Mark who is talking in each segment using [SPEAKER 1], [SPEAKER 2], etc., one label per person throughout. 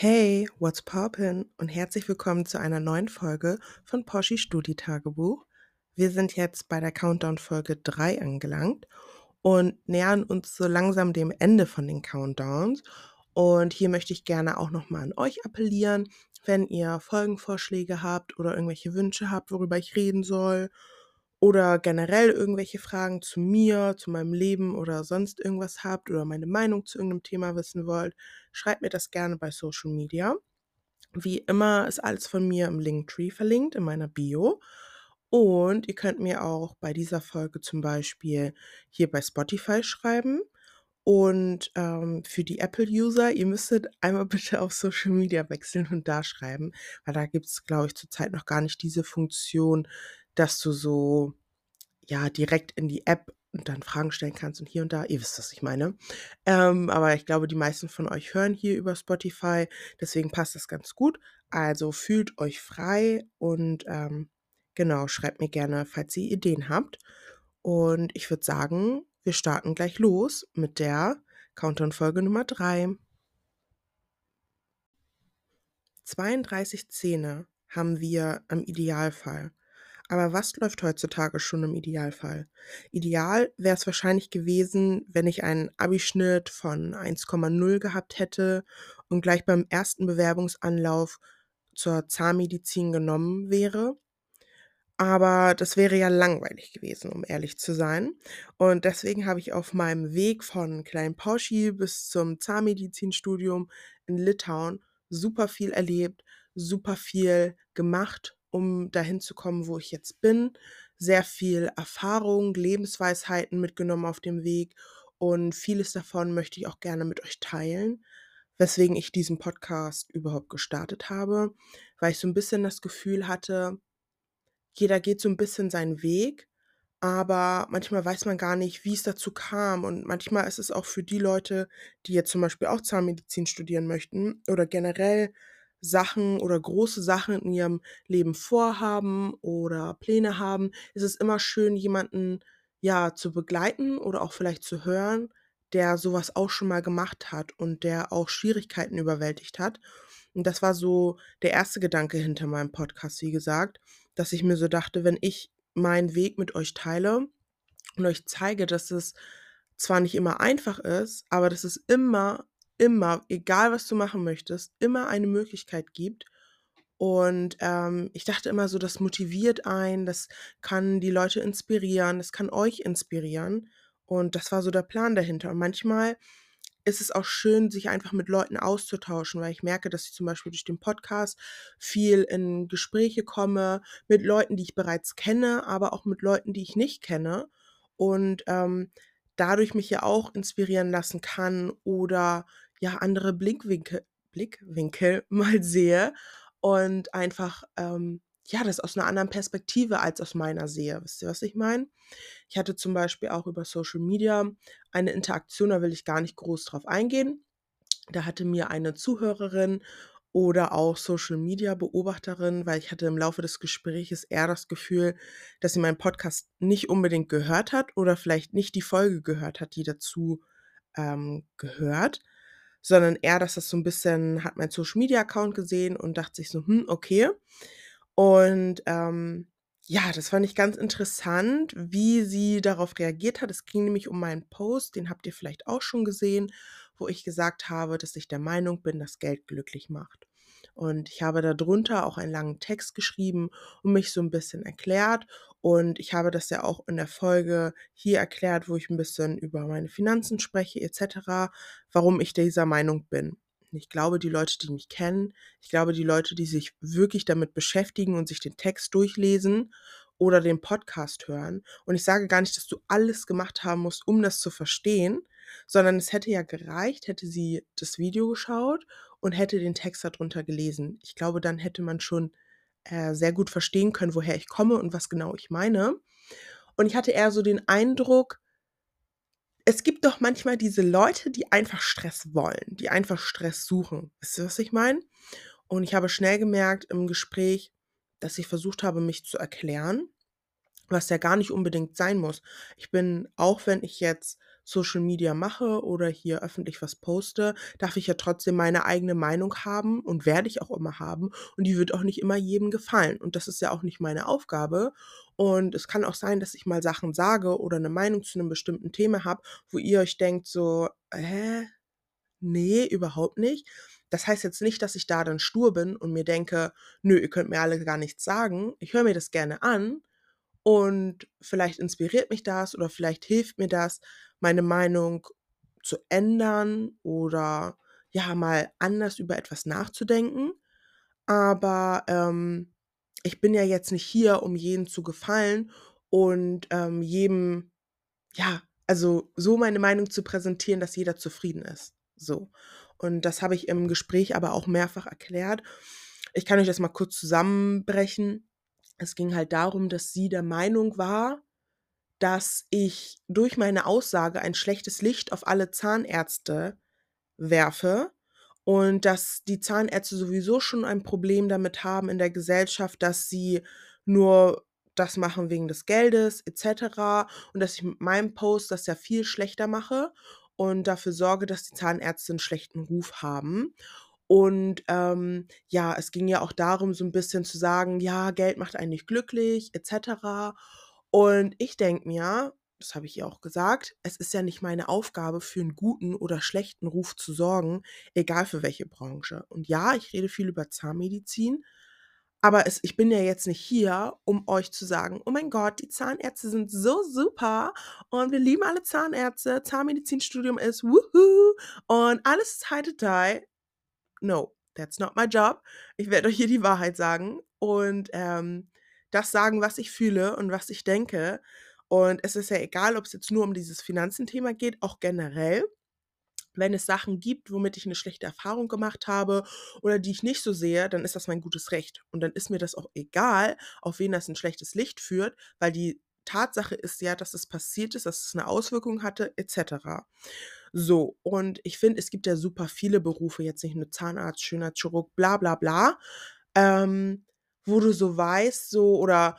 [SPEAKER 1] Hey, what's poppin? Und herzlich willkommen zu einer neuen Folge von Poshi Studi-Tagebuch. Wir sind jetzt bei der Countdown-Folge 3 angelangt und nähern uns so langsam dem Ende von den Countdowns. Und hier möchte ich gerne auch nochmal an euch appellieren, wenn ihr Folgenvorschläge habt oder irgendwelche Wünsche habt, worüber ich reden soll oder generell irgendwelche Fragen zu mir, zu meinem Leben oder sonst irgendwas habt oder meine Meinung zu irgendeinem Thema wissen wollt, schreibt mir das gerne bei Social Media. Wie immer ist alles von mir im Linktree verlinkt, in meiner Bio. Und ihr könnt mir auch bei dieser Folge zum Beispiel hier bei Spotify schreiben. Und für die Apple-User, ihr müsstet einmal bitte auf Social Media wechseln und da schreiben, weil da gibt es, glaube ich, zurzeit noch gar nicht diese Funktion, dass du so ja, direkt in die App und dann Fragen stellen kannst und hier und da. Ihr wisst, was ich meine. Aber ich glaube, die meisten von euch hören hier über Spotify, deswegen passt das ganz gut. Also fühlt euch frei und genau, schreibt mir gerne, falls ihr Ideen habt. Und ich würde sagen, wir starten gleich los mit der Countdown-Folge Nummer 3. 32 Zähne haben wir im Idealfall. Aber was läuft heutzutage schon im Idealfall? Ideal wäre es wahrscheinlich gewesen, wenn ich einen Abischnitt von 1,0 gehabt hätte und gleich beim ersten Bewerbungsanlauf zur Zahnmedizin genommen wäre. Aber das wäre ja langweilig gewesen, um ehrlich zu sein. Und deswegen habe ich auf meinem Weg von Klein-Porschi bis zum Zahnmedizinstudium in Litauen super viel erlebt, super viel gemacht, um dahin zu kommen, wo ich jetzt bin. Sehr viel Erfahrung, Lebensweisheiten mitgenommen auf dem Weg und vieles davon möchte ich auch gerne mit euch teilen, weswegen ich diesen Podcast überhaupt gestartet habe, weil ich so ein bisschen das Gefühl hatte, jeder geht so 'n bisschen seinen Weg, aber manchmal weiß man gar nicht, wie es dazu kam. Und manchmal ist es auch für die Leute, die jetzt zum Beispiel auch Zahnmedizin studieren möchten oder generell Sachen oder große Sachen in ihrem Leben vorhaben oder Pläne haben, ist es immer schön, jemanden, ja, zu begleiten oder auch vielleicht zu hören, der so was auch schon mal gemacht hat und der auch Schwierigkeiten überwältigt hat. Und das war so der erste Gedanke hinter meinem Podcast, wie gesagt, dass ich mir so dachte, wenn ich meinen Weg mit euch teile und euch zeige, dass es zwar nicht immer einfach ist, aber dass es immer, egal was du machen möchtest, immer eine Möglichkeit gibt. Und ich dachte immer so, das motiviert einen, das kann die Leute inspirieren, das kann euch inspirieren. Und das war so der Plan dahinter. Und manchmal ist es auch schön, sich einfach mit Leuten auszutauschen, weil ich merke, dass ich zum Beispiel durch den Podcast viel in Gespräche komme mit Leuten, die ich bereits kenne, aber auch mit Leuten, die ich nicht kenne und dadurch mich ja auch inspirieren lassen kann oder ja andere Blickwinkel mal sehe und einfach ja das aus einer anderen Perspektive als aus meiner sehe. Wisst ihr, was ich meine? Ich hatte zum Beispiel auch über Social Media eine Interaktion, da will ich gar nicht groß drauf eingehen. Da hatte mir eine Zuhörerin oder auch Social-Media-Beobachterin, weil ich hatte im Laufe des Gespräches eher das Gefühl, dass sie meinen Podcast nicht unbedingt gehört hat oder vielleicht nicht die Folge gehört hat, die dazu gehört, sondern eher, dass das so ein bisschen hat mein Social-Media-Account gesehen und dachte sich so: okay. Und ja, das fand ich ganz interessant, wie sie darauf reagiert hat. Es ging nämlich um meinen Post, den habt ihr vielleicht auch schon gesehen, wo ich gesagt habe, dass ich der Meinung bin, dass Geld glücklich macht. Und ich habe darunter auch einen langen Text geschrieben und mich so ein bisschen erklärt. Und ich habe das ja auch in der Folge hier erklärt, wo ich ein bisschen über meine Finanzen spreche et cetera, warum ich dieser Meinung bin. Und ich glaube, die Leute, die mich kennen, ich glaube, die Leute, die sich wirklich damit beschäftigen und sich den Text durchlesen oder den Podcast hören, und ich sage gar nicht, dass du alles gemacht haben musst, um das zu verstehen, sondern es hätte ja gereicht, hätte sie das Video geschaut und hätte den Text darunter gelesen. Ich glaube, dann hätte man schon sehr gut verstehen können, woher ich komme und was genau ich meine. Und ich hatte eher so den Eindruck, es gibt doch manchmal diese Leute, die einfach Stress wollen, die einfach Stress suchen. Wisst ihr, was ich meine? Und ich habe schnell gemerkt im Gespräch, dass ich versucht habe, mich zu erklären, was ja gar nicht unbedingt sein muss. Ich bin, auch wenn ich jetzt Social Media mache oder hier öffentlich was poste, darf ich ja trotzdem meine eigene Meinung haben und werde ich auch immer haben und die wird auch nicht immer jedem gefallen und das ist ja auch nicht meine Aufgabe und es kann auch sein, dass ich mal Sachen sage oder 'ne Meinung zu 'nem bestimmten Thema habe, wo ihr euch denkt so: „Hä? Ne, überhaupt nicht." Das heißt jetzt nicht, dass ich da dann stur bin und mir denke: „Nö, ihr könnt mir alle gar nichts sagen." Ich höre mir das gerne an und vielleicht inspiriert mich das oder vielleicht hilft mir das, meine Meinung zu ändern oder, ja, mal anders über etwas nachzudenken. Aber, ich bin ja jetzt nicht hier, um jedem zu gefallen und, jedem ja, also so meine Meinung zu präsentieren, dass jeder zufrieden ist, so. Und das habe ich im Gespräch aber auch mehrfach erklärt. Ich kann euch das mal kurz zusammenbrechen. Es ging halt darum, dass sie der Meinung war, dass ich durch meine Aussage ein schlechtes Licht auf alle Zahnärzte werfe und dass die Zahnärzte sowieso schon ein Problem damit haben in der Gesellschaft, dass sie nur das machen wegen des Geldes et cetera und dass ich mit meinem Post das ja viel schlechter mache und dafür sorge, dass die Zahnärzte 'n schlechten Ruf haben. Und, ja, es ging ja auch darum, so 'n bisschen zu sagen: „Ja, Geld macht einen nicht glücklich" et cetera. Und ich denke mir, das habe ich ihr auch gesagt, es ist ja nicht meine Aufgabe, für 'n guten oder schlechten Ruf zu sorgen, egal für welche Branche. Und ja, ich rede viel über Zahnmedizin, aber ich bin ja jetzt nicht hier, um euch zu sagen: „Oh mein Gott, die Zahnärzte sind so super und wir lieben alle Zahnärzte. Zahnmedizinstudium ist Wuhu und alles ist High-to-die." No, that's not my job. Ich werde euch hier die Wahrheit sagen und, das sagen, was ich fühle und was ich denke. Und es ist ja egal, ob's jetzt nur um dieses Finanzenthema geht, auch generell. Wenn es Sachen gibt, womit ich 'ne schlechte Erfahrung gemacht habe oder die ich nicht so sehe, dann ist das mein gutes Recht. Und dann ist mir das auch egal, auf wen das 'n schlechtes Licht führt, weil die Tatsache ist ja, dass es passiert ist, dass es 'ne Auswirkung hatte et cetera. So, und ich finde, es gibt ja super viele Berufe, jetzt nicht nur Zahnarzt, Schönheitschirurg, bla bla bla, ähm, wo du so weißt, so oder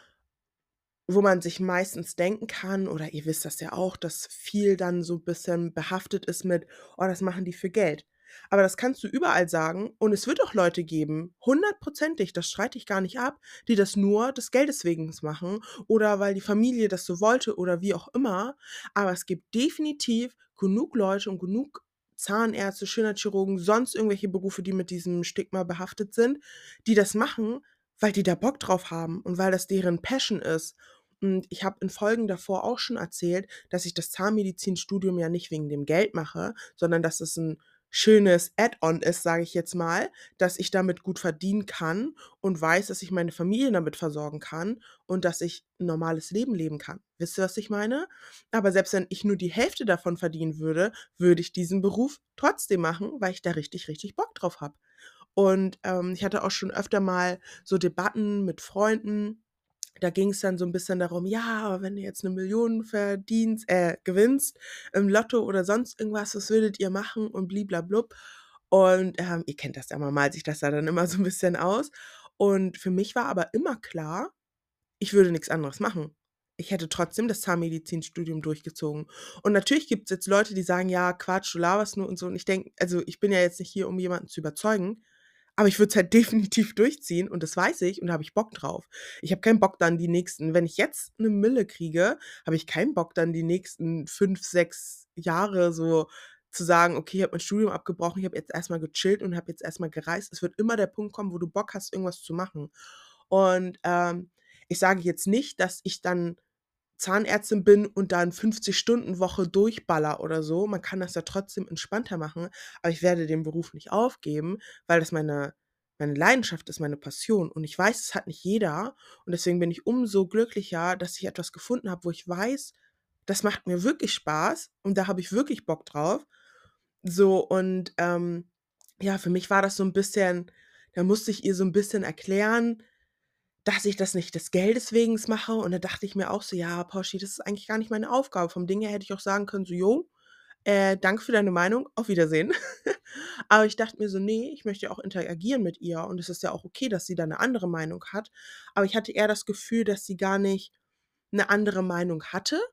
[SPEAKER 1] wo man sich meistens denken kann oder ihr wisst das ja auch, dass viel dann so bisschen behaftet ist mit: „Oh, das machen die für Geld." Aber das kannst du überall sagen und es wird auch Leute geben, hundertprozentig, das streite ich gar nicht ab, die das nur des Geldes wegens machen oder weil die Familie das so wollte oder wie auch immer. Aber es gibt definitiv genug Leute und genug Zahnärzte, Schönheitschirurgen, sonst irgendwelche Berufe, die mit diesem Stigma behaftet sind, die das machen, weil die da Bock drauf haben und weil das deren Passion ist. Und ich habe in Folgen davor auch schon erzählt, dass ich das Zahnmedizinstudium ja nicht wegen dem Geld mache, sondern dass es 'n schönes Add-on ist, sage ich jetzt mal, dass ich damit gut verdienen kann und weiß, dass ich meine Familie damit versorgen kann und dass ich 'n normales Leben leben kann. Wisst ihr, was ich meine? Aber selbst wenn ich nur die Hälfte davon verdienen würde, würde ich diesen Beruf trotzdem machen, weil ich da richtig, richtig Bock drauf habe. Und, ich hatte auch schon öfter mal so Debatten mit Freunden. Da ging's dann so 'n bisschen darum: „Ja, aber wenn du jetzt 1.000.000 verdienst gewinnst im Lotto oder sonst irgendwas, was würdet ihr machen?" und bliblablub. Und, ihr kennt das ja, man malt sich das ja dann immer so 'n bisschen aus. Und für mich war aber immer klar, ich würde nix anderes machen. Ich hätte trotzdem das Zahnmedizinstudium durchgezogen. Und natürlich gibt's jetzt Leute, die sagen: „Ja, Quatsch, du laberst nur" und so. Und ich denke also, ich bin ja jetzt nicht hier, um jemanden zu überzeugen, aber ich würde es halt definitiv durchziehen und das weiß ich und da habe ich Bock drauf. Ich habe keinen Bock dann die nächsten wenn ich jetzt 'ne Mille kriege, habe ich keinen Bock dann die nächsten 5, 6 Jahre so zu sagen: „Okay, ich habe mein Studium abgebrochen, ich habe jetzt erst mal gechillt und habe jetzt erst mal gereist." Es wird immer der Punkt kommen, wo du Bock hast, irgendwas zu machen. Und, ich sage jetzt nicht, dass ich dann Zahnärztin bin und dann 50-Stunden-Woche durchballer oder so. Man kann das ja trotzdem entspannter machen, aber ich werde den Beruf nicht aufgeben, weil das meine Leidenschaft ist, meine Passion. Und ich weiß, das hat nicht jeder und deswegen bin ich umso glücklicher, dass ich etwas gefunden habe, wo ich weiß, das macht mir wirklich Spaß und da habe ich wirklich Bock drauf. So und, ja, für mich war das so 'n bisschen da musste ich ihr so 'n bisschen erklären, dass ich das nicht des Geldes wegens mache und da dachte ich mir auch so: „Ja, Porschi, das ist eigentlich gar nicht meine Aufgabe." Vom Ding her hätte ich auch sagen können, so: „Jo, danke für deine Meinung, auf Wiedersehen." Aber ich dachte mir so: „Ne, ich möchte ja auch interagieren mit ihr und es ist ja auch okay, dass sie da 'ne andere Meinung hat." Aber ich hatte eher das Gefühl, dass sie gar nicht 'ne andere Meinung hatte,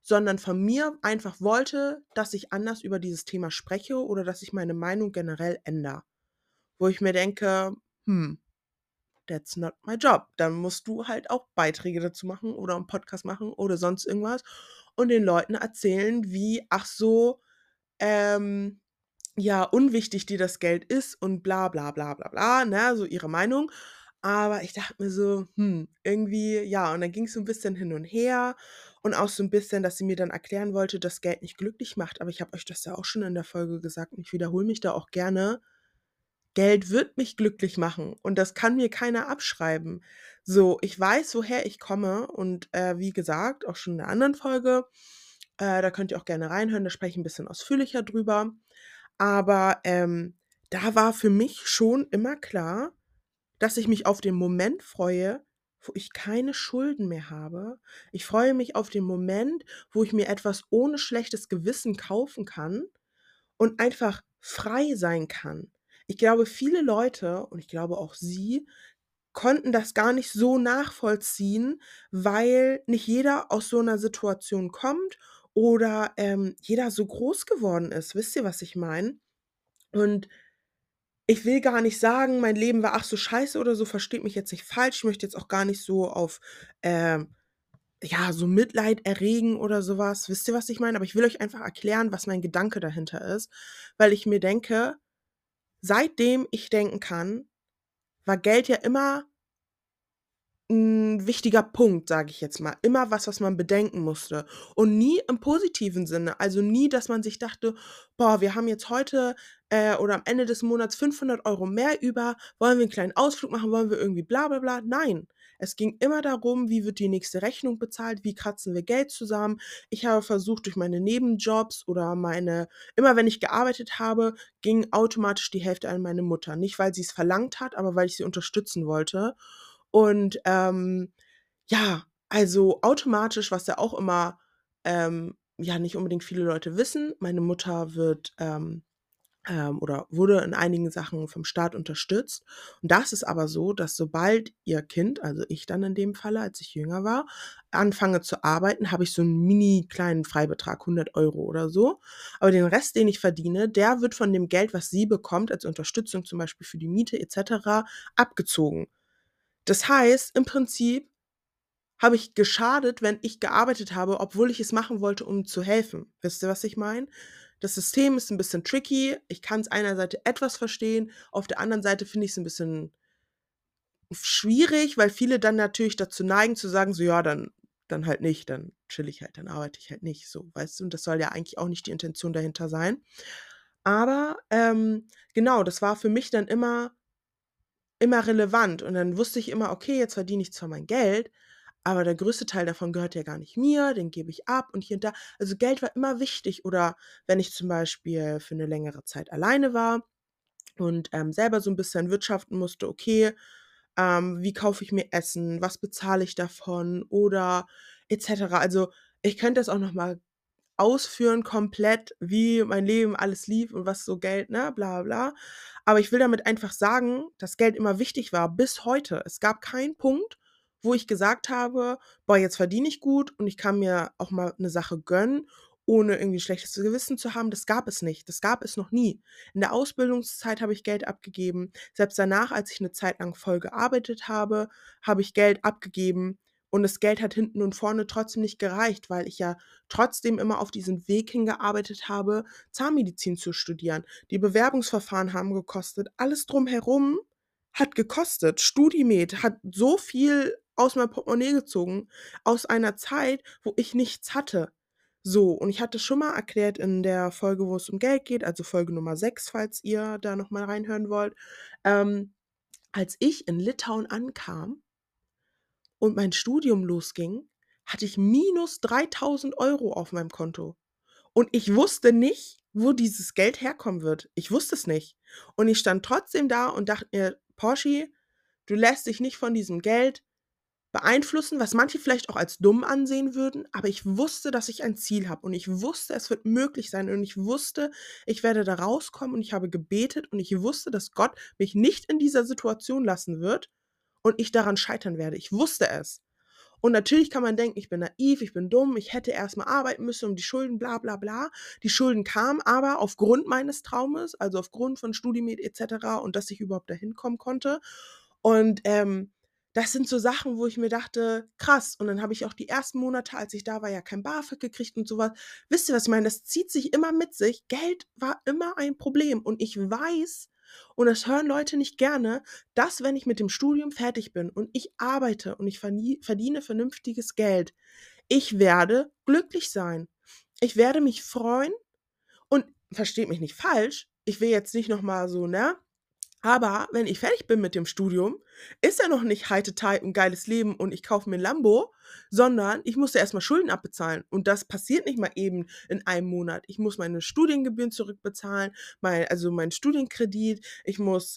[SPEAKER 1] sondern von mir einfach wollte, dass ich anders über dieses Thema spreche oder dass ich meine Meinung generell ändere. Wo ich mir denke: „Hm, that's not my job." Dann musst du halt auch Beiträge dazu machen oder 'n Podcast machen oder sonst irgendwas und den Leuten erzählen, wie, ach so, ähm, ja, unwichtig dir das Geld ist und bla bla bla bla bla, ne, so ihre Meinung. Aber ich dachte mir so: irgendwie ja." Und dann ging's so 'n bisschen hin und her und auch so 'n bisschen, dass sie mir dann erklären wollte, dass Geld nicht glücklich macht. Aber ich habe euch das ja auch schon in der Folge gesagt und ich wiederhole mich da auch gerne. Geld wird mich glücklich machen und das kann mir keiner abschreiben. So, ich weiß, woher ich komme und, wie gesagt, auch schon in 'ner anderen Folge, da könnt ihr auch gerne reinhören, da spreche ich 'n bisschen ausführlicher drüber. Aber, da war für mich schon immer klar, dass ich mich auf den Moment freue, wo ich keine Schulden mehr habe. Ich freue mich auf den Moment, wo ich mir etwas ohne schlechtes Gewissen kaufen kann und einfach frei sein kann. Ich glaube, viele Leute, und ich glaube auch sie, konnten das gar nicht so nachvollziehen, weil nicht jeder aus so 'ner Situation kommt oder, jeder so groß geworden ist. Wisst ihr, was ich meine? Und ich will gar nicht sagen, mein Leben war ach so scheiße oder so, versteht mich jetzt nicht falsch. Ich möchte jetzt auch gar nicht so auf, ja, so Mitleid erregen oder so was. Wisst ihr, was ich meine? Aber ich will euch einfach erklären, was mein Gedanke dahinter ist, weil ich mir denke, seitdem ich denken kann, war Geld ja immer 'n wichtiger Punkt, sage ich jetzt mal. Immer was, was man bedenken musste und nie im positiven Sinne. Also, nie, dass man sich dachte: „Boah, wir haben jetzt heute, oder am Ende des Monats 500 € mehr über. Wollen wir 'n kleinen Ausflug machen? Wollen wir irgendwie bla bla bla?" Nein, es ging immer darum, wie wird die nächste Rechnung bezahlt? Wie kratzen wir Geld zusammen? Ich habe versucht, durch meine Nebenjobs oder meine immer wenn ich gearbeitet habe, ging automatisch die Hälfte an meine Mutter. Nicht, weil sie's verlangt hat, aber weil ich sie unterstützen wollte. Und, ja, also automatisch, was ja auch immer, ja, nicht unbedingt viele Leute wissen, meine Mutter wird, oder wurde in einigen Sachen vom Staat unterstützt. Und das ist aber so, dass sobald ihr Kind, also ich dann in dem Falle, als ich jünger war, anfange zu arbeiten, habe ich so 'n mini kleinen Freibetrag, 100 € oder so. Aber den Rest, den ich verdiene, der wird von dem Geld, was sie bekommt als Unterstützung, zum Beispiel für die Miete et cetera, abgezogen. Das heißt, im Prinzip habe ich geschadet, wenn ich gearbeitet habe, obwohl ich es machen wollte, um zu helfen. Wisst ihr, was ich meine? Das System ist 'n bisschen tricky. Ich kann's einer Seite etwas verstehen, auf der anderen Seite finde ich's 'n bisschen schwierig, weil viele dann natürlich dazu neigen zu sagen, so: „Ja, dann halt nicht, dann chill ich halt, dann arbeite ich halt nicht", so, weißt du? Und das soll ja eigentlich auch nicht die Intention dahinter sein. Aber, genau, das war für mich dann immer relevant und dann wusste ich immer: „Okay, jetzt verdiene ich zwar mein Geld, aber der größte Teil davon gehört ja gar nicht mir, den gebe ich ab und hier und da." Also, Geld war immer wichtig oder wenn ich zum Beispiel für 'ne längere Zeit alleine war und, selber so 'n bisschen wirtschaften musste, okay, wie kaufe ich mir Essen, was bezahle ich davon oder et cetera. Also, ich könnte das auch noch mal ausführen komplett, wie mein Leben alles lief und was so Geld, ne, bla bla. Aber ich will damit einfach sagen, dass Geld immer wichtig war bis heute. Es gab keinen Punkt, wo ich gesagt habe: „Boah, jetzt verdiene ich gut und ich kann mir auch mal 'ne Sache gönnen, ohne irgendwie schlechtes Gewissen zu haben." Das gab es nicht. Das gab es noch nie. In der Ausbildungszeit habe ich Geld abgegeben. Selbst danach, als ich 'ne Zeit lang voll gearbeitet habe ich Geld abgegeben und das Geld hat hinten und vorne trotzdem nicht gereicht, weil ich ja trotzdem immer auf diesen Weg hingearbeitet habe, Zahnmedizin zu studieren. Die Bewerbungsverfahren haben gekostet. Alles drumherum hat gekostet. StudiMed hat so viel aus meinem Portemonnaie gezogen, aus einer Zeit, wo ich nichts hatte. So, und ich hatte schon mal erklärt in der Folge, wo es um Geld geht, also Folge Nummer 6, falls ihr da noch mal reinhören wollt, als ich in Litauen ankam und mein Studium losging, hatte ich minus 3.000 € auf meinem Konto. Und ich wusste nicht, wo dieses Geld herkommen wird. Ich wusste es nicht. Und ich stand trotzdem da und dachte mir: „Porschi, du lässt dich nicht von diesem Geld beeinflussen", was manche vielleicht auch als dumm ansehen würden, aber ich wusste, dass ich ein Ziel habe und ich wusste, es wird möglich sein und ich wusste, ich werde da rauskommen und ich habe gebetet und ich wusste, dass Gott mich nicht in dieser Situation lassen wird und ich daran scheitern werde. Ich wusste es. Und natürlich kann man denken, ich bin naiv, ich bin dumm, ich hätte erst mal arbeiten müssen, um die Schulden bla bla bla. Die Schulden kamen aber aufgrund meines Traumes, also aufgrund von Studimed et cetera und dass ich überhaupt dahin kommen konnte. Und, das sind so Sachen, wo ich mir dachte: „Krass.“ Und dann habe ich auch die ersten Monate, als ich da war, ja kein BAföG gekriegt und so was. Wisst ihr, was ich meine? Das zieht sich immer mit sich. Geld war immer ein Problem und ich weiß, und das hören Leute nicht gerne, dass, wenn ich mit dem Studium fertig bin und ich arbeite und ich verdiene vernünftiges Geld, ich werde glücklich sein. Ich werde mich freuen und versteht mich nicht falsch, ich will jetzt nicht noch mal so, ne, aber wenn ich fertig bin mit dem Studium, ist ja noch nicht Heite-Tei und geiles Leben und ich kaufe mir 'n Lambo, sondern ich muss ja erst mal Schulden abbezahlen und das passiert nicht mal eben in einem Monat. Ich muss meine Studiengebühren zurückbezahlen, meinen Studienkredit. Ich muss,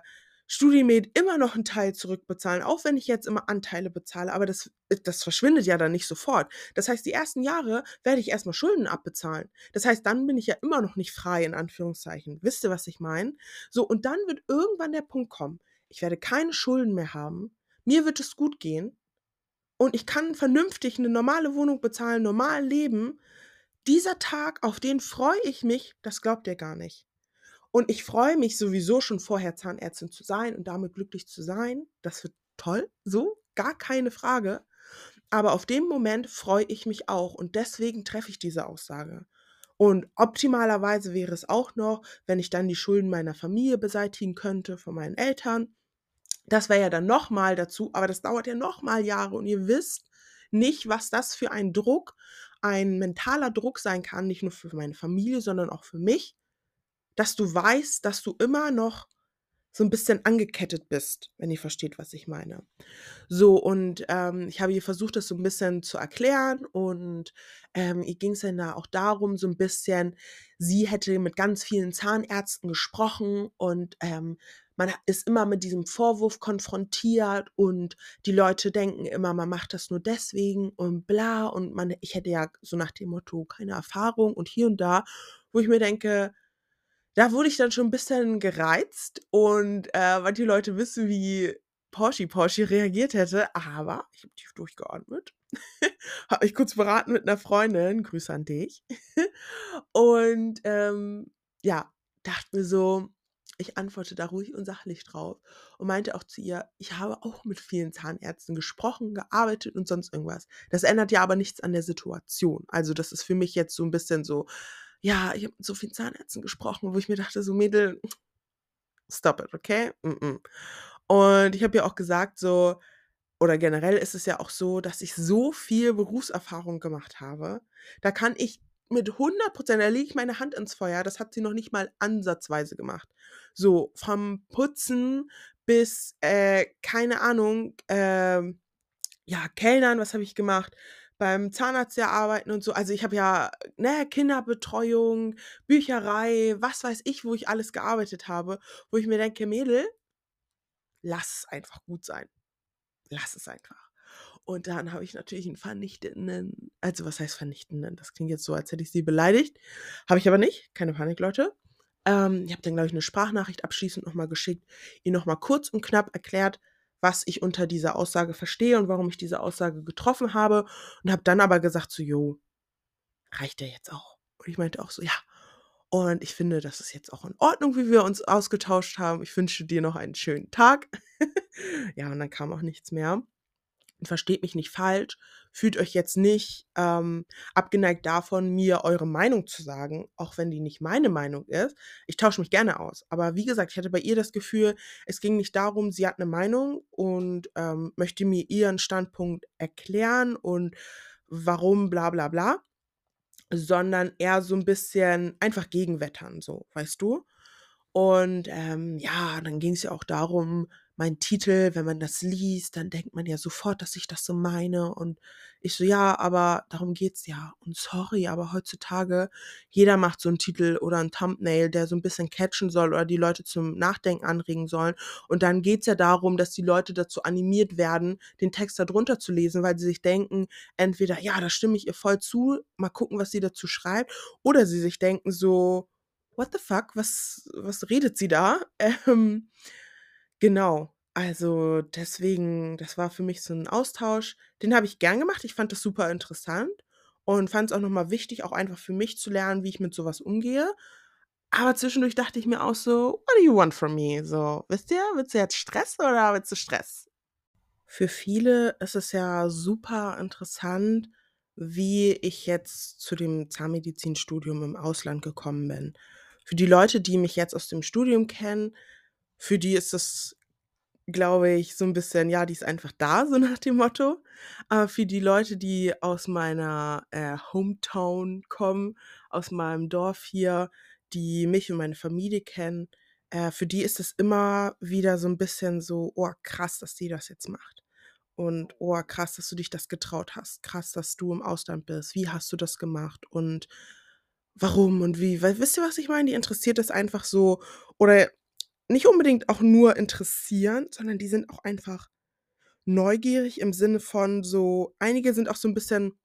[SPEAKER 1] Studienmed immer noch 'n Teil zurückbezahlen, auch wenn ich jetzt immer Anteile bezahle, aber das verschwindet ja dann nicht sofort. Das heißt, die ersten Jahre werde ich erst mal Schulden abbezahlen. Das heißt, dann bin ich ja immer noch nicht frei in Anführungszeichen. Wisst ihr, was ich meine? So, und dann wird irgendwann der Punkt kommen, ich werde keine Schulden mehr haben, mir wird es gut gehen und ich kann vernünftig 'ne normale Wohnung bezahlen, normal leben. Dieser Tag, auf den freue ich mich, das glaubt ihr gar nicht. Und ich freue mich sowieso schon vorher, Zahnärztin zu sein und damit glücklich zu sein. Das wird toll, so, gar keine Frage. Aber auf den Moment freue ich mich auch und deswegen treffe ich diese Aussage. Und optimalerweise wäre es auch noch, wenn ich dann die Schulden meiner Familie beseitigen könnte, von meinen Eltern. Das wäre ja dann noch mal dazu, aber das dauert ja noch mal Jahre und ihr wisst nicht, was das für ein Druck, ein mentaler Druck sein kann, nicht nur für meine Familie, sondern auch für mich, dass du weißt, dass du immer noch so 'n bisschen angekettet bist, wenn ihr versteht, was ich meine. So und, ich habe ihr versucht, das so 'n bisschen zu erklären und, ihr ging's dann da auch darum so 'n bisschen, sie hätte mit ganz vielen Zahnärzten gesprochen und, man ist immer mit diesem Vorwurf konfrontiert und die Leute denken immer, man macht das nur deswegen und bla und ich hätte ja so nach dem Motto keine Erfahrung und hier und da, wo ich mir denke, da wurde ich dann schon 'n bisschen gereizt und, manche Leute wissen, wie Porschi reagiert hätte, aber ich habe tief durchgeatmet, habe mich kurz beraten mit 'ner Freundin, Grüße an dich, und, ja, dachte mir so, ich antworte da ruhig und sachlich drauf und meinte auch zu ihr: „Ich habe auch mit vielen Zahnärzten gesprochen, gearbeitet und sonst irgendwas. Das ändert ja aber nichts an der Situation.“ Also, das ist für mich jetzt so 'n bisschen so, ja, ich habe mit so vielen Zahnärzten gesprochen, wo ich mir dachte so: „Mädel, stop it, okay? Mm-mm.“ Und ich habe ihr auch gesagt so, oder generell ist es ja auch so, dass ich so viel Berufserfahrung gemacht habe. Da kann ich mit 100%, da lege ich meine Hand ins Feuer, das hat sie noch nicht mal ansatzweise gemacht. So, vom Putzen bis, keine Ahnung, ja, Kellnern, was habe ich gemacht? Beim Zahnarzt ja arbeiten und so. Also, ich habe ja, ne, Kinderbetreuung, Bücherei, was weiß ich, wo ich alles gearbeitet habe, wo ich mir denke: „Mädel, lass es einfach gut sein. Lass es einfach.“ Und dann habe ich natürlich 'n vernichtenden, also, was heißt vernichtenden? Das klingt jetzt so, als hätte ich sie beleidigt. Habe ich aber nicht, keine Panik, Leute. Ich habe dann, glaube ich, 'ne Sprachnachricht abschließend noch mal geschickt, ihr noch mal kurz und knapp erklärt, was ich unter dieser Aussage verstehe und warum ich diese Aussage getroffen habe und habe dann aber gesagt so: „Jo, reicht ja jetzt auch.“ Und ich meinte auch so: „Ja, und ich finde, das ist jetzt auch in Ordnung, wie wir uns ausgetauscht haben. Ich wünsche dir noch einen schönen Tag.“ Ja, und dann kam auch nichts mehr. Und versteht mich nicht falsch, fühlt euch jetzt nicht, abgeneigt davon, mir eure Meinung zu sagen, auch wenn die nicht meine Meinung ist. Ich tausche mich gerne aus. Aber wie gesagt, ich hatte bei ihr das Gefühl, es ging nicht darum, sie hat 'ne Meinung und, möchte mir ihren Standpunkt erklären und warum bla bla bla, sondern eher so 'n bisschen einfach gegenwettern so, weißt du? Und, ja, dann ging's ja auch darum, mein Titel, wenn man das liest, dann denkt man ja sofort, dass ich das so meine. Und ich so: „Ja, aber darum geht's ja. Und sorry, aber heutzutage, jeder macht so 'n Titel oder 'n Thumbnail, der so 'n bisschen catchen soll oder die Leute zum Nachdenken anregen sollen. Und dann geht's ja darum, dass die Leute dazu animiert werden, den Text da drunter zu lesen, weil sie sich denken, entweder: „Ja, da stimme ich ihr voll zu, mal gucken, was sie dazu schreibt.“ Oder sie sich denken so: „What the fuck? Was redet sie da?“ Genau. Also, deswegen das war für mich so 'n Austausch, den habe ich gern gemacht. Ich fand das super interessant und fand's auch noch mal wichtig, auch einfach für mich zu lernen, wie ich mit so was umgehe. Aber zwischendurch dachte ich mir auch so: „What do you want from me?“ So, wisst ihr? Willst du jetzt Stress oder willst du Stress? Für viele ist es ja super interessant, wie ich jetzt zu dem Zahnmedizinstudium im Ausland gekommen bin. Für die Leute, die mich jetzt aus dem Studium kennen, für die ist es, glaube ich, so 'n bisschen: „Ja, die ist einfach da“, so nach dem Motto. Aber für die Leute, die aus meiner, Hometown kommen, aus meinem Dorf hier, die mich und meine Familie kennen, für die ist es immer wieder so 'n bisschen so: „Oh, krass, dass die das jetzt macht.“ Und: „Oh, krass, dass du dich das getraut hast. Krass, dass du im Ausland bist. Wie hast du das gemacht und warum und wie?“ Weil wisst ihr, was ich meine? Die interessiert das einfach so oder nicht unbedingt auch nur interessieren, sondern die sind auch einfach neugierig im Sinne von so einige sind auch so 'n bisschen: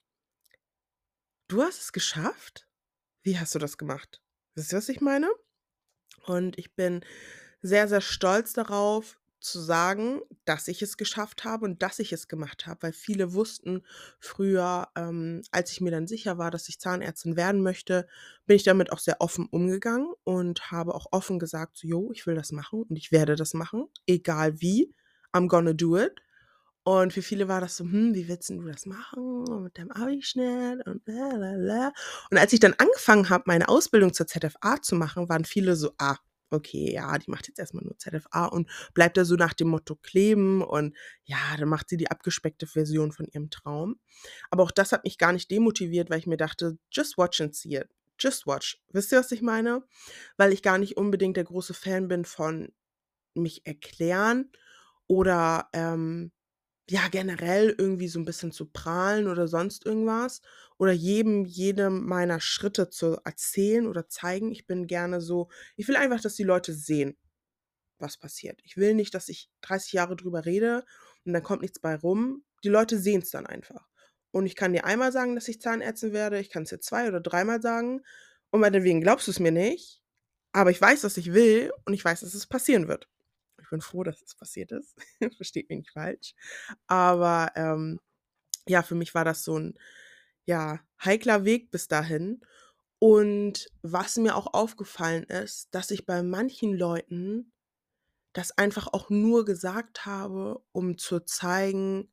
[SPEAKER 1] „Du hast es geschafft? Wie hast du das gemacht?“ Wisst ihr, was ich meine? Und ich bin sehr, sehr stolz darauf zu sagen, dass ich es geschafft habe und dass ich es gemacht habe, weil viele wussten früher, als ich mir dann sicher war, dass ich Zahnärztin werden möchte, bin ich damit auch sehr offen umgegangen und habe auch offen gesagt, so: „Jo, ich will das machen und ich werde das machen, egal wie. I'm gonna do it.“ Und für viele war das so: „Hm, wie willst 'n du das machen und mit deinem Abischnitt und la.“ Und als ich dann angefangen habe, meine Ausbildung zur ZFA zu machen, waren viele so: „Ah, okay, ja, die macht jetzt erst mal nur ZFA und bleibt da so nach dem Motto kleben und ja, dann macht sie die abgespeckte Version von ihrem Traum.“ Aber auch das hat mich gar nicht demotiviert, weil ich mir dachte: „Just watch and see it. Just watch.“ Wisst ihr, was ich meine? Weil ich gar nicht unbedingt der große Fan bin von mich erklären oder, ja, generell irgendwie so 'n bisschen zu prahlen oder sonst irgendwas oder jedem meiner Schritte zu erzählen oder zeigen. Ich bin gerne so ich will einfach, dass die Leute sehen, was passiert. Ich will nicht, dass ich 30 Jahre drüber rede und dann kommt nichts bei rum. Die Leute sehen's dann einfach. Und ich kann dir einmal sagen, dass ich Zahnärztin werde, ich kann's dir 2 oder dreimal sagen und meinetwegen glaubst du's mir nicht, aber ich weiß, was ich will und ich weiß, dass es passieren wird. Ich bin froh, dass es passiert ist. Versteht mich nicht falsch. Aber, ja, für mich war das so 'n, ja, heikler Weg bis dahin. Und was mir auch aufgefallen ist, dass ich bei manchen Leuten das einfach auch nur gesagt habe, um zu zeigen: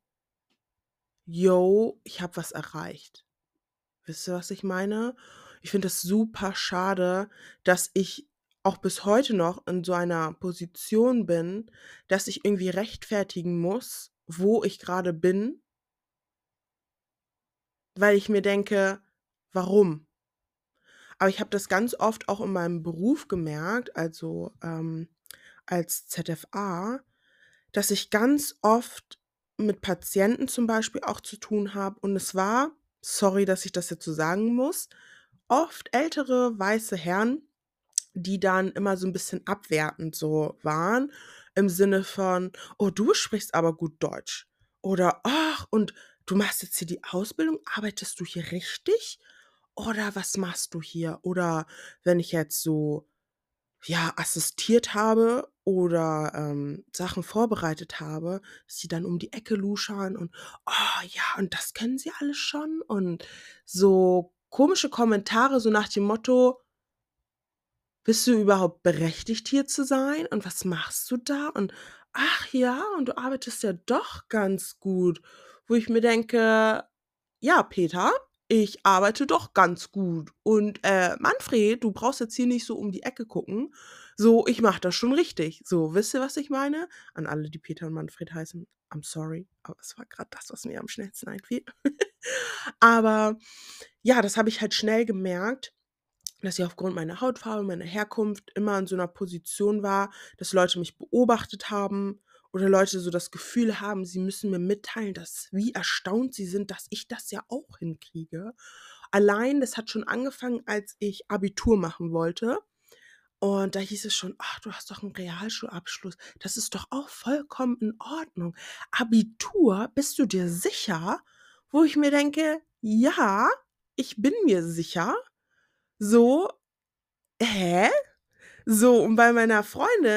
[SPEAKER 1] „Jo, ich habe was erreicht.“ Wisst ihr, was ich meine? Ich finde das super schade, dass ich auch bis heute noch in so einer Position bin, dass ich irgendwie rechtfertigen muss, wo ich grade bin, weil ich mir denke: „Warum?“ Aber ich habe das ganz oft auch in meinem Beruf gemerkt, also, als ZFA, dass ich ganz oft mit Patienten zum Beispiel auch zu tun habe und es war, sorry, dass ich das jetzt so sagen muss, oft ältere weiße Herren, die dann immer so 'n bisschen abwertend so waren, im Sinne von: „Oh, du sprichst aber gut Deutsch“ oder: „Ach, und du machst jetzt hier die Ausbildung? Arbeitest du hier richtig oder was machst du hier?“ Oder wenn ich jetzt so, ja, assistiert habe oder, Sachen vorbereitet habe, dass sie dann um die Ecke luschern und: „Oh ja, und das können Sie alles schon?“ Und so komische Kommentare so nach dem Motto: „Bist du überhaupt berechtigt, hier zu sein? Und was machst du da? Und ach ja, und du arbeitest ja doch ganz gut.“ Wo ich mir denke: „Ja, Peter, ich arbeite doch ganz gut. Und, Manfred, du brauchst jetzt hier nicht so um die Ecke gucken. So, ich mache das schon richtig.“ So, wisst ihr, was ich meine? An alle, die Peter und Manfred heißen, I'm sorry, aber es war grad das, was mir am schnellsten einfiel. Aber ja, das habe ich halt schnell gemerkt, dass ich aufgrund meiner Hautfarbe, meiner Herkunft immer in so 'ner Position war, dass Leute mich beobachtet haben oder Leute so das Gefühl haben, sie müssen mir mitteilen, dass wie erstaunt sie sind, dass ich das ja auch hinkriege. Allein das hat schon angefangen, als ich Abitur machen wollte und da hieß es schon: „Ach, du hast doch 'n Realschulabschluss. Das ist doch auch vollkommen in Ordnung. Abitur, bist du dir sicher?“ Wo ich mir denke: „Ja, ich bin mir sicher.“ So, hä? So, und bei meiner Freundin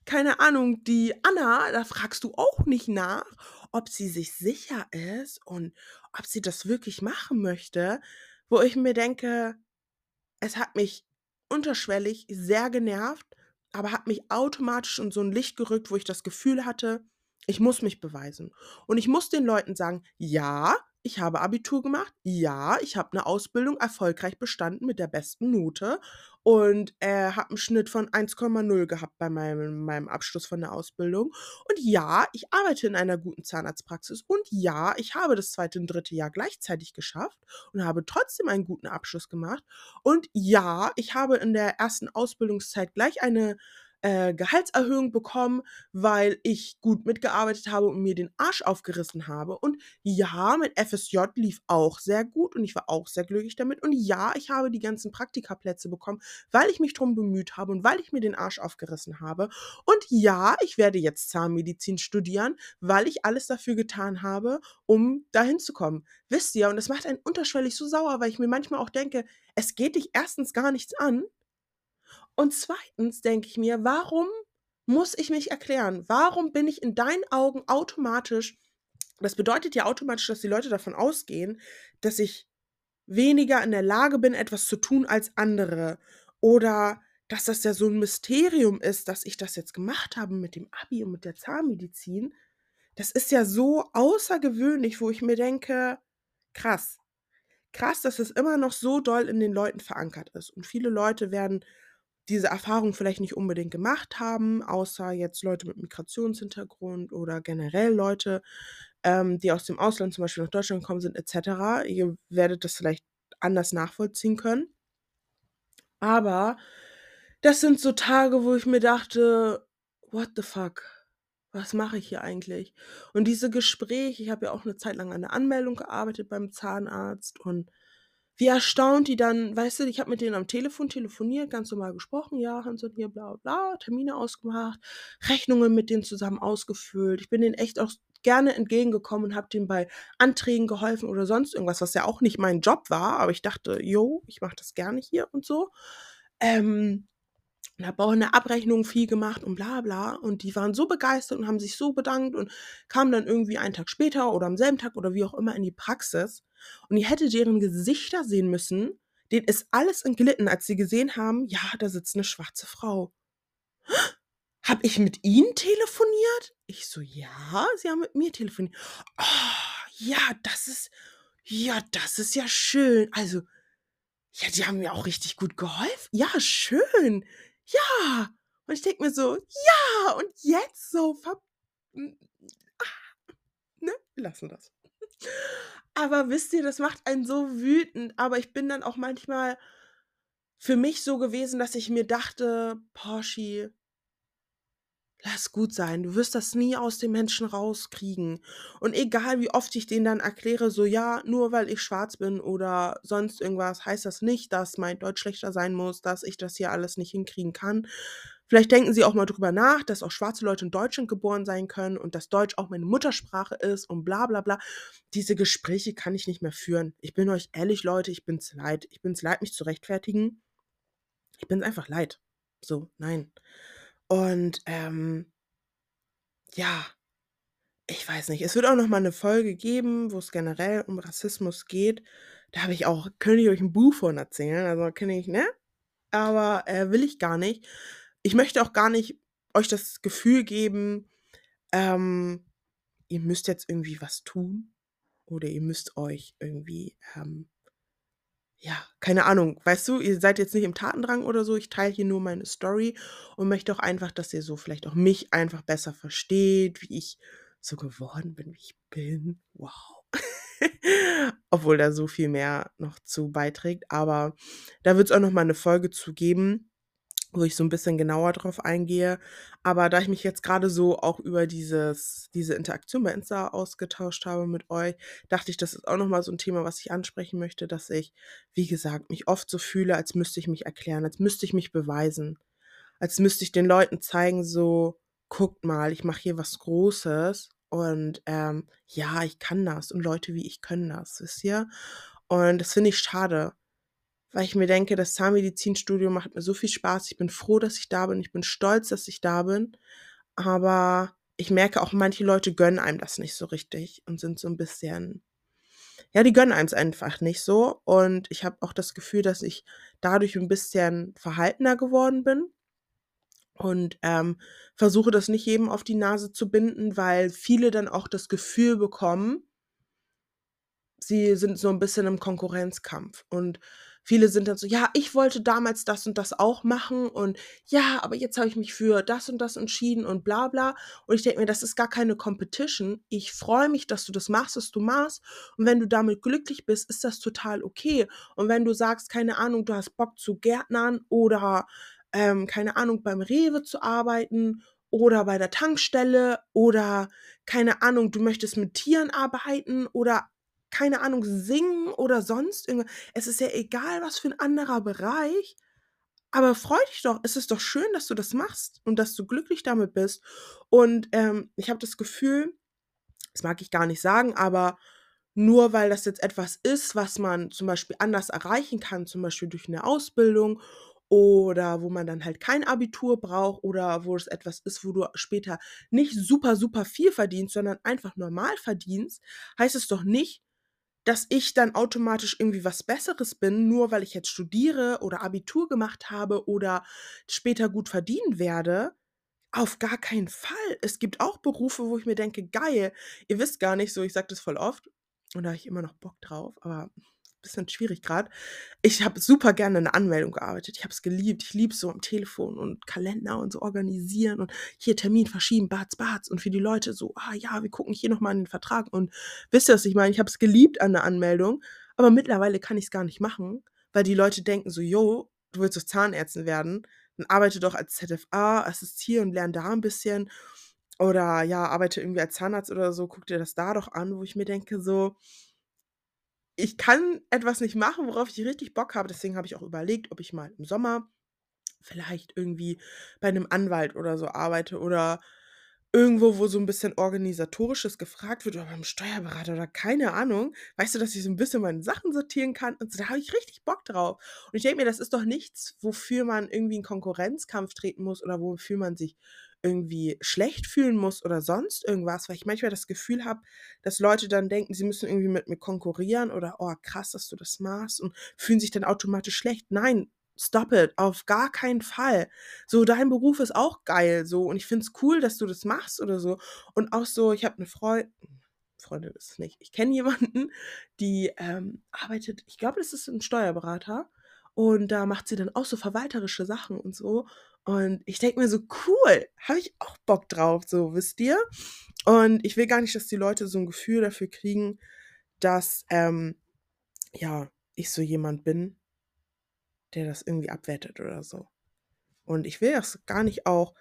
[SPEAKER 1] keine Ahnung, die Anna, da fragst du auch nicht nach, ob sie sich sicher ist und ob sie das wirklich machen möchte, wo ich mir denke, es hat mich unterschwellig sehr genervt, aber hat mich automatisch in so 'n Licht gerückt, wo ich das Gefühl hatte, ich muss mich beweisen. Und ich muss den Leuten sagen: „Ja, ich habe Abitur gemacht. Ja, ich habe 'ne Ausbildung erfolgreich bestanden mit der besten Note und, habe 'n Schnitt von 1,0 gehabt bei meinem Abschluss von der Ausbildung. Und ja, ich arbeite in einer guten Zahnarztpraxis. Und ja, ich habe das 2. und 3. Jahr gleichzeitig geschafft und habe trotzdem einen guten Abschluss gemacht. Und ja, ich habe in der ersten Ausbildungszeit gleich eine, Gehaltserhöhung bekommen, weil ich gut mitgearbeitet habe und mir den Arsch aufgerissen habe. Und ja, mein FSJ lief auch sehr gut und ich war auch sehr glücklich damit. Und ja, ich habe die ganzen Praktikaplätze bekommen, weil ich mich drum bemüht habe und weil ich mir den Arsch aufgerissen habe. Und ja, ich werde jetzt Zahnmedizin studieren, weil ich alles dafür getan habe, um dahin zu kommen. Wisst ihr? Und das macht einen unterschwellig so sauer, weil ich mir manchmal auch denke: „Es geht dich erstens gar nichts an und zweitens denke ich mir: Warum muss ich mich erklären? Warum bin ich in deinen Augen automatisch“, das bedeutet ja automatisch, dass die Leute davon ausgehen, dass ich weniger in der Lage bin, etwas zu tun als andere oder dass das ja so 'n Mysterium ist, dass ich das jetzt gemacht habe mit dem Abi und mit der Zahnmedizin. Das ist ja so außergewöhnlich, wo ich mir denke: „Krass. Krass, dass es immer noch so doll in den Leuten verankert ist.“ Und viele Leute werden diese Erfahrung vielleicht nicht unbedingt gemacht haben, außer jetzt Leute mit Migrationshintergrund oder generell Leute, die aus dem Ausland zum Beispiel nach Deutschland gekommen sind et cetera. Ihr werdet das vielleicht anders nachvollziehen können. Aber das sind so Tage, wo ich mir dachte: „What the fuck? Was mache ich hier eigentlich?“ Und diese Gespräche, ich habe ja auch 'ne Zeit lang an der Anmeldung gearbeitet beim Zahnarzt und wie erstaunt die dann, weißt du, ich habe mit denen am Telefon telefoniert, ganz normal gesprochen: „Ja, Hans und hier, bla bla, Termine ausgemacht, Rechnungen mit denen zusammen ausgefüllt.“ Ich bin denen echt auch gerne entgegengekommen und habe denen bei Anträgen geholfen oder sonst irgendwas, was ja auch nicht mein Job war, aber ich dachte: „Jo, ich mache das gerne hier und so.“ Ähm und habe auch in der Abrechnung viel gemacht und bla bla. Und die waren so begeistert und haben sich so bedankt und kamen dann irgendwie einen Tag später oder am selben Tag oder wie auch immer in die Praxis. Und ihr hättet deren Gesichter sehen müssen. Denen ist alles entglitten, als sie gesehen haben, ja, da sitzt 'ne schwarze Frau. „Habe ich mit Ihnen telefoniert?“ Ich so: „Ja, Sie haben mit mir telefoniert.“ „Oh, ja, das ist ja schön. Also, ja, die haben mir auch richtig gut geholfen. Ja, schön. Ja.“ Und ich denke mir so: „Ja, und jetzt so hm, ne, wir lassen das.“ Aber wisst ihr, das macht einen so wütend, aber ich bin dann auch manchmal für mich so gewesen, dass ich mir dachte: „Porschi, lass gut sein. Du wirst das nie aus den Menschen rauskriegen.“ Und egal, wie oft ich denen dann erkläre, so: „Ja, nur weil ich schwarz bin oder sonst irgendwas, heißt das nicht, dass mein Deutsch schlechter sein muss, dass ich das hier alles nicht hinkriegen kann. Vielleicht denken Sie auch mal drüber nach, dass auch schwarze Leute in Deutschland geboren sein können und dass Deutsch auch meine Muttersprache ist und bla bla bla.“ Diese Gespräche kann ich nicht mehr führen. Ich bin euch ehrlich, Leute, ich bin's leid. Ich bin's leid, mich zu rechtfertigen. Ich bin's einfach leid. So, nein. Und, ja, ich weiß nicht. Es wird auch noch mal 'ne Folge geben, wo's generell um Rassismus geht. Da habe ich auch könnte ich euch 'n Buch von erzählen, also, kann ich, ne? Aber, will ich gar nicht. Ich möchte auch gar nicht euch das Gefühl geben, ähm, ihr müsst jetzt irgendwie was tun oder ihr müsst euch irgendwie, ja, keine Ahnung, weißt du, ihr seid jetzt nicht im Tatendrang oder so. Ich teile hier nur meine Story und möchte auch einfach, dass ihr so vielleicht auch mich einfach besser versteht, wie ich so geworden bin, wie ich bin. Wow. Obwohl da so viel mehr noch zu beiträgt, aber da wird's auch noch mal 'ne Folge zu geben, wo ich so 'n bisschen genauer drauf eingehe. Aber da ich mich jetzt grade so auch über diese Interaktion bei Insta ausgetauscht habe mit euch, dachte ich, das ist auch noch mal so 'n Thema, was ich ansprechen möchte, dass ich, wie gesagt, mich oft so fühle, als müsste ich mich erklären, als müsste ich mich beweisen, als müsste ich den Leuten zeigen, so: „Guckt mal, ich mache hier was Großes und, ja, ich kann das und Leute wie ich können das“, wisst ihr? Und das finde ich schade. weil ich mir denke, das Zahnmedizinstudium macht mir so viel Spaß. Ich bin froh, dass ich da bin. Ich bin stolz, dass ich da bin. Aber ich merke auch, manche Leute gönnen einem das nicht so richtig und sind so ein bisschen, ja, die gönnen einem es einfach nicht so. Und ich habe auch das Gefühl, dass ich dadurch ein bisschen verhaltener geworden bin und, versuche das nicht jedem auf die Nase zu binden, weil viele dann auch das Gefühl bekommen, sie sind so 'n bisschen im Konkurrenzkampf und viele sind dann so: „Ja, ich wollte damals das und das auch machen und ja, aber jetzt habe ich mich für das und das entschieden und bla bla.“ Und ich denke mir, das ist gar keine Competition. Ich freue mich, dass du das machst, was du machst, und wenn du damit glücklich bist, ist das total okay. Und wenn du sagst, keine Ahnung, du hast Bock zu Gärtnern oder, keine Ahnung, beim Rewe zu arbeiten oder bei der Tankstelle oder, keine Ahnung, du möchtest mit Tieren arbeiten oder, keine Ahnung, singen oder sonst irgendwas. Es ist ja egal, was für 'n anderer Bereich, aber freu dich doch. Es ist doch schön, dass du das machst und dass du glücklich damit bist. Und, ich habe das Gefühl, das mag ich gar nicht sagen, aber nur weil das jetzt etwas ist, was man zum Beispiel anders erreichen kann, zum Beispiel durch 'ne Ausbildung oder wo man dann halt kein Abitur braucht oder wo es etwas ist, wo du später nicht super, super viel verdienst, sondern einfach normal verdienst, heißt es doch nicht, dass ich dann automatisch irgendwie was Besseres bin, nur weil ich jetzt studiere oder Abitur gemacht habe oder später gut verdienen werde. Auf gar keinen Fall. Es gibt auch Berufe, wo ich mir denke: „Geil.“ Ihr wisst gar nicht so, ich sage das voll oft und da habe ich immer noch Bock drauf, aber bisschen schwierig grad. Ich habe super gerne in 'ner Anmeldung gearbeitet. Ich habe es geliebt. Ich liebe es so am Telefon und Kalender und so organisieren und hier Termin verschieben, Batz, Batz, und für die Leute so: „Ah ja, wir gucken hier noch mal in den Vertrag“, und wisst ihr, was ich meine? Ich habe es geliebt an der Anmeldung, aber mittlerweile kann ich's gar nicht machen, weil die Leute denken so: „Jo, du willst doch Zahnärztin werden, dann arbeite doch als ZFA, assistiere und lerne da 'n bisschen oder ja, arbeite irgendwie als Zahnarzt oder so, guck dir das da doch an“, wo ich mir denke so, ich kann etwas nicht machen, worauf ich richtig Bock habe. Deswegen habe ich auch überlegt, ob ich mal im Sommer vielleicht irgendwie bei 'nem Anwalt oder so arbeite oder irgendwo, wo so 'n bisschen Organisatorisches gefragt wird oder beim Steuerberater oder keine Ahnung. Weißt du, dass ich so 'n bisschen meine Sachen sortieren kann und so, da habe ich richtig Bock drauf. Und ich denke mir, das ist doch nichts, wofür man irgendwie in Konkurrenzkampf treten muss oder wofür man sich irgendwie schlecht fühlen muss oder sonst irgendwas, weil ich manchmal das Gefühl habe, dass Leute dann denken, sie müssen irgendwie mit mir konkurrieren oder: „Oh, krass, dass du das machst“, und fühlen sich dann automatisch schlecht. Nein, stop it, auf gar keinen Fall. So, dein Beruf ist auch geil so und ich finde es cool, dass du das machst oder so. Und auch so, ich habe 'ne Freundin ist es nicht. Ich kenne jemanden, die, arbeitet, ich glaube, das ist 'n Steuerberater, und da macht sie dann auch so verwalterische Sachen und so. Und ich denke mir so: „Cool, habe ich auch Bock drauf“, so, wisst ihr? Und ich will gar nicht, dass die Leute so 'n Gefühl dafür kriegen, dass, ja, ich so jemand bin, der das irgendwie abwertet oder so. Und ich will das gar nicht auch,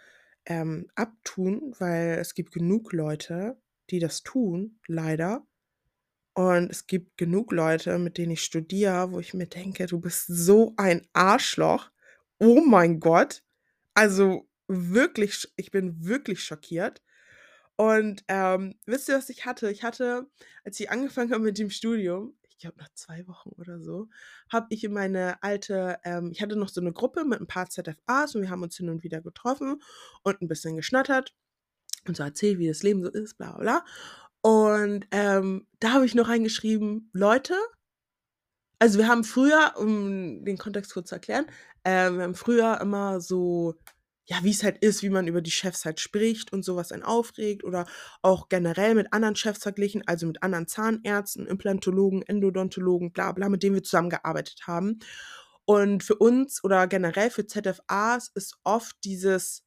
[SPEAKER 1] abtun, weil es gibt genug Leute, die das tun, leider. Und es gibt genug Leute, mit denen ich studiere, wo ich mir denke: „Du bist so ein Arschloch. Oh mein Gott.“ Also, wirklich ich bin wirklich schockiert. Und, wisst ihr, was ich hatte? Ich hatte, als ich angefangen habe mit dem Studium, ich glaube nach 2 Wochen oder so, habe ich in meine alte ich hatte noch so 'ne Gruppe mit 'n paar ZFAs und wir haben uns hin und wieder getroffen und 'n bisschen geschnattert und so erzählt, wie das Leben so ist, bla bla bla. Und, da habe ich noch reingeschrieben: „Leute“, also, wir haben früher, um den Kontext kurz zu erklären, wir haben früher immer so, ja, wie's halt ist, wie man über die Chefs halt spricht und so, was einen aufregt oder auch generell mit anderen Chefs verglichen, also, mit anderen Zahnärzten, Implantologen, Endodontologen, bla bla, mit denen wir zusammengearbeitet haben. Und für uns oder generell für ZFAs ist oft dieses: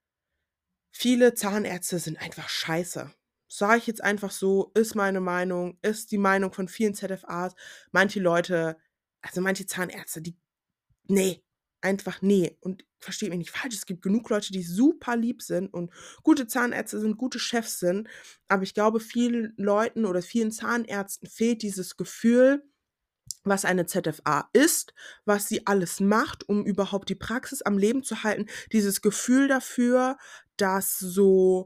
[SPEAKER 1] Viele Zahnärzte sind einfach scheiße. Sage ich jetzt einfach so, ist meine Meinung, ist die Meinung von vielen ZFAs. Manche Leute, also manche Zahnärzte, die, ne, einfach ne. Und versteht mich nicht falsch, es gibt genug Leute, die super lieb sind und gute Zahnärzte sind, gute Chefs sind. Aber ich glaube, vielen Leuten oder vielen Zahnärzten fehlt dieses Gefühl, was eine ZFA ist, was sie alles macht, um überhaupt die Praxis am Leben zu halten. Dieses Gefühl dafür, dass so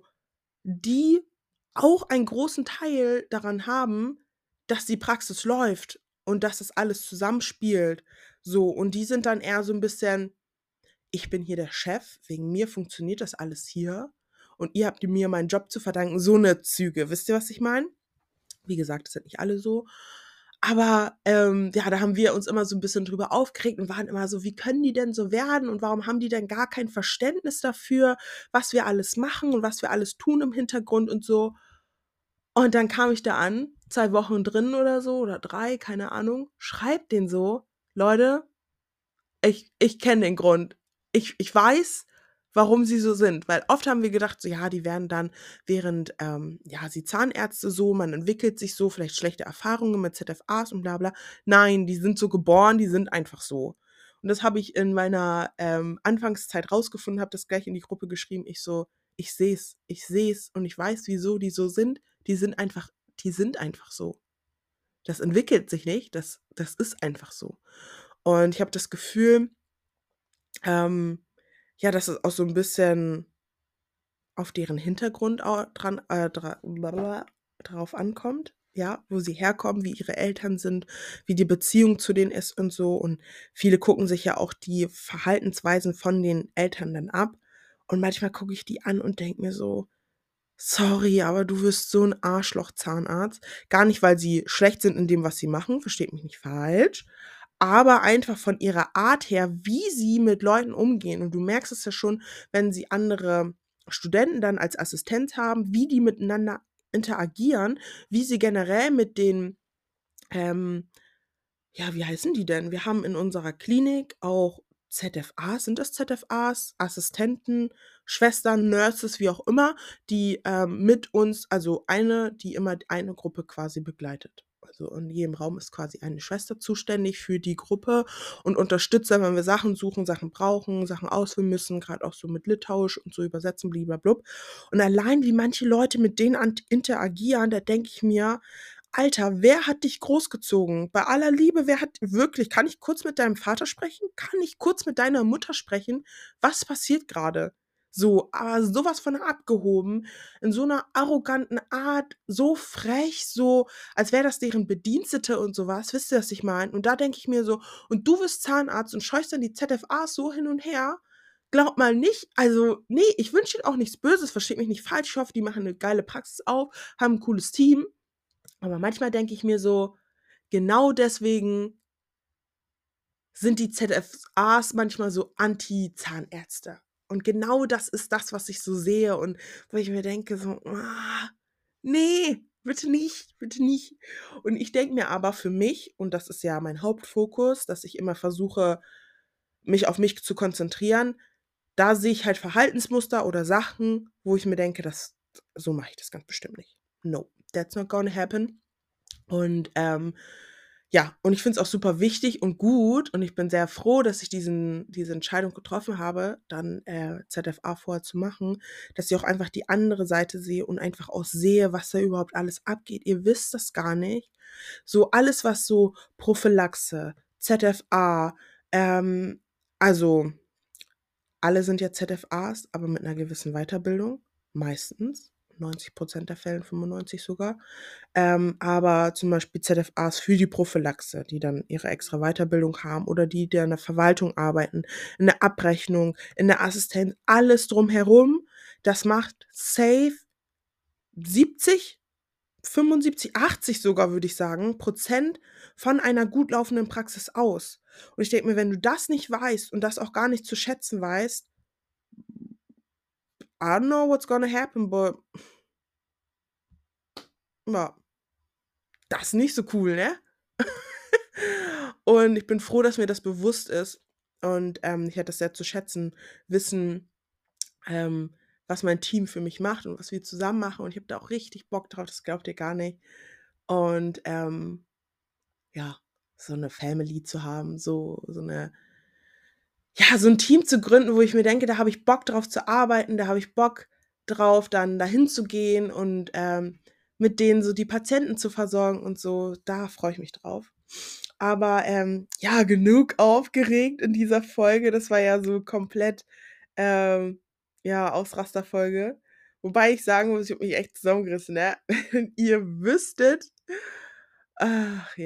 [SPEAKER 1] die auch einen großen Teil daran haben, dass die Praxis läuft. und dass das alles zusammenspielt. So, und die sind dann eher so 'n bisschen: „Ich bin hier der Chef, wegen mir funktioniert das alles hier und ihr habt mir meinen Job zu verdanken“, so 'ne Züge. Wisst ihr, was ich meine? Wie gesagt, das sind nicht alle so. Aber, ja, da haben wir uns immer so 'n bisschen drüber aufgeregt und waren immer so: „Wie können die denn so werden und warum haben die denn gar kein Verständnis dafür, was wir alles machen und was wir alles tun im Hintergrund und so?“ Und dann kam ich da an, 2 Wochen drin oder so oder 3, keine Ahnung, schreibe denen so: „Leute, ich kenne den Grund. Ich weiß, warum sie so sind“, weil oft haben wir gedacht, so, ja, die werden dann während, ja, sie Zahnärzte so, man entwickelt sich so, vielleicht schlechte Erfahrungen mit ZFAs und bla bla. Nein, die sind so geboren, die sind einfach so. Und das habe ich in meiner, Anfangszeit rausgefunden, habe das gleich in die Gruppe geschrieben. Ich so: ich sehe es und ich weiß, wieso die so sind. Die sind einfach so. Das entwickelt sich nicht, das ist einfach so.“ Und ich habe das Gefühl, ähm, ja, dass es auch so 'n bisschen auf deren Hintergrund au dran drauf ankommt, ja, wo sie herkommen, wie ihre Eltern sind, wie die Beziehung zu denen ist und so. Und viele gucken sich ja auch die Verhaltensweisen von den Eltern dann ab. Und manchmal gucke ich die an und denke mir so: „Sorry, aber du wirst so 'n Arschloch-Zahnarzt.“ Gar nicht, weil sie schlecht sind in dem, was sie machen, versteht mich nicht falsch, aber einfach von ihrer Art her, wie sie mit Leuten umgehen. Und du merkst es ja schon, wenn sie andere Studenten dann als Assistenz haben, wie die miteinander interagieren, wie sie generell mit den, ähm ja, wie heißen die denn? Wir haben in unserer Klinik auch ZFAs. Sind das ZFAs? Assistenten, Schwestern, Nurses, wie auch immer, die, mit uns, also eine, die immer eine Gruppe quasi begleitet. Also in jedem Raum ist quasi eine Schwester zuständig für die Gruppe und unterstützt dann, wenn wir Sachen suchen, Sachen brauchen, Sachen ausfüllen müssen, grad auch so mit Litauisch und so übersetzen, blib-blab-blub. Und allein, wie manche Leute mit denen interagieren, da denke ich mir: Alter, wer hat dich großgezogen? Bei aller Liebe, wer hat wirklich, kann ich kurz mit deinem Vater sprechen? Kann ich kurz mit deiner Mutter sprechen? Was passiert grade? So, aber so was von abgehoben, in so 'ner arroganten Art, so frech, so als wäre das deren Bedienstete und so was. Wisst ihr, was ich meine? Und da denke ich mir so: „Und du wirst Zahnarzt und scheuchst dann die ZFAs so hin und her?“ Glaubt mal nicht, also, ne, ich wünsche ihnen auch nichts Böses, versteht mich nicht falsch. Ich hoffe, die machen 'ne geile Praxis auf, haben 'n cooles Team. Aber manchmal denke ich mir so, genau deswegen sind die ZFAs manchmal so Anti-Zahnärzte. Und genau das ist das, was ich so sehe und wo ich mir denke so: „Ne, bitte nicht, bitte nicht.“ Und ich denke mir aber für mich, und das ist ja mein Hauptfokus, dass ich immer versuche, mich auf mich zu konzentrieren, da sehe ich halt Verhaltensmuster oder Sachen, wo ich mir denke, das so mache ich das ganz bestimmt nicht. No, that's not gonna happen. Und, ja, und ich finde es auch super wichtig und gut und ich bin sehr froh, dass ich diese Entscheidung getroffen habe, dann, ZFA vorher zu machen, dass ich auch einfach die andere Seite sehe und einfach auch sehe, was da überhaupt alles abgeht. Ihr wisst das gar nicht. So alles, was so Prophylaxe, ZFA, also alle sind ja ZFAs, aber mit 'ner gewissen Weiterbildung, meistens, 90% der Fällen, 95 sogar. Aber zum Beispiel ZFAs für die Prophylaxe, die dann ihre extra Weiterbildung haben oder die, die in der Verwaltung arbeiten, in der Abrechnung, in der Assistenz, alles drumherum. Das macht safe 70, 75, 80 sogar, würde ich sagen, Prozent von einer gut laufenden Praxis aus. Und ich denke mir, wenn du das nicht weißt und das auch gar nicht zu schätzen weißt, I don't know what's gonna happen, but ja, das ist nicht so cool, ne? Und ich bin froh, dass mir das bewusst ist und, ich werde das sehr zu schätzen wissen, ähm, was mein Team für mich macht und was wir zusammen machen und ich habe da auch richtig Bock drauf, das glaubt ihr gar nicht. Und, ja, so 'ne Family zu haben, so 'ne, ja, so 'n Team zu gründen, wo ich mir denke: „Da habe ich Bock drauf zu arbeiten, da habe ich Bock drauf, dann dahin zu gehen und, mit denen so die Patienten zu versorgen und so“, da freue ich mich drauf. Aber, ja, genug aufgeregt in dieser Folge. Das war ja so komplett, ähm, ja, Ausrasterfolge. Wobei ich sagen muss, ich habe mich echt zusammengerissen, ne? Wenn ihr wüsstet, ach ja.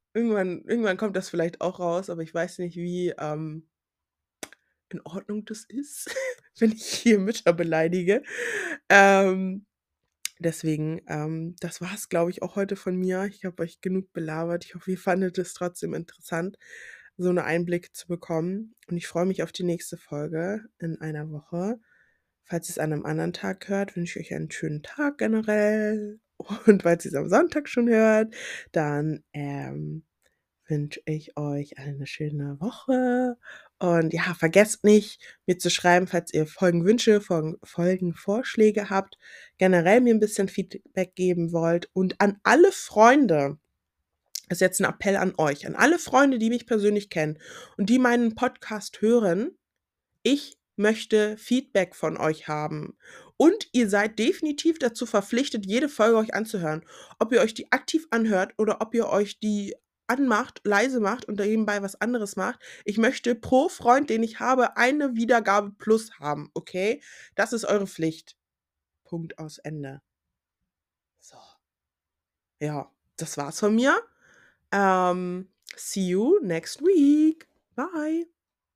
[SPEAKER 1] Irgendwann kommt das vielleicht auch raus, aber ich weiß nicht, wie, in Ordnung das ist, wenn ich hier Mütter beleidige. Ähm, deswegen, das war's, glaube ich, auch heute von mir. Ich habe euch genug belabert. Ich hoffe, ihr fandet es trotzdem interessant, so 'ne Einblick zu bekommen. Und ich freue mich auf die nächste Folge in einer Woche. Falls ihr's an 'nem anderen Tag hört, wünsche ich euch einen schönen Tag generell. Und falls ihr's am Sonntag schon hört, dann, wünsche ich euch eine schöne Woche. Und ja, vergesst nicht, mir zu schreiben, falls ihr Folgenwünsche, Folgenvorschläge habt, generell mir 'n bisschen Feedback geben wollt. Und an alle Freunde, das ist jetzt 'n Appell an euch, an alle Freunde, die mich persönlich kennen und die meinen Podcast hören: Ich möchte Feedback von euch haben. Und ihr seid definitiv dazu verpflichtet, jede Folge euch anzuhören. Ob ihr euch die aktiv anhört oder ob ihr euch die anmacht, leise macht und nebenbei was anderes macht. Ich möchte pro Freund, den ich habe, eine Wiedergabe plus haben, okay? Das ist eure Pflicht. Punkt, aus, Ende. So, ja, das war's von mir. See you next week. Bye.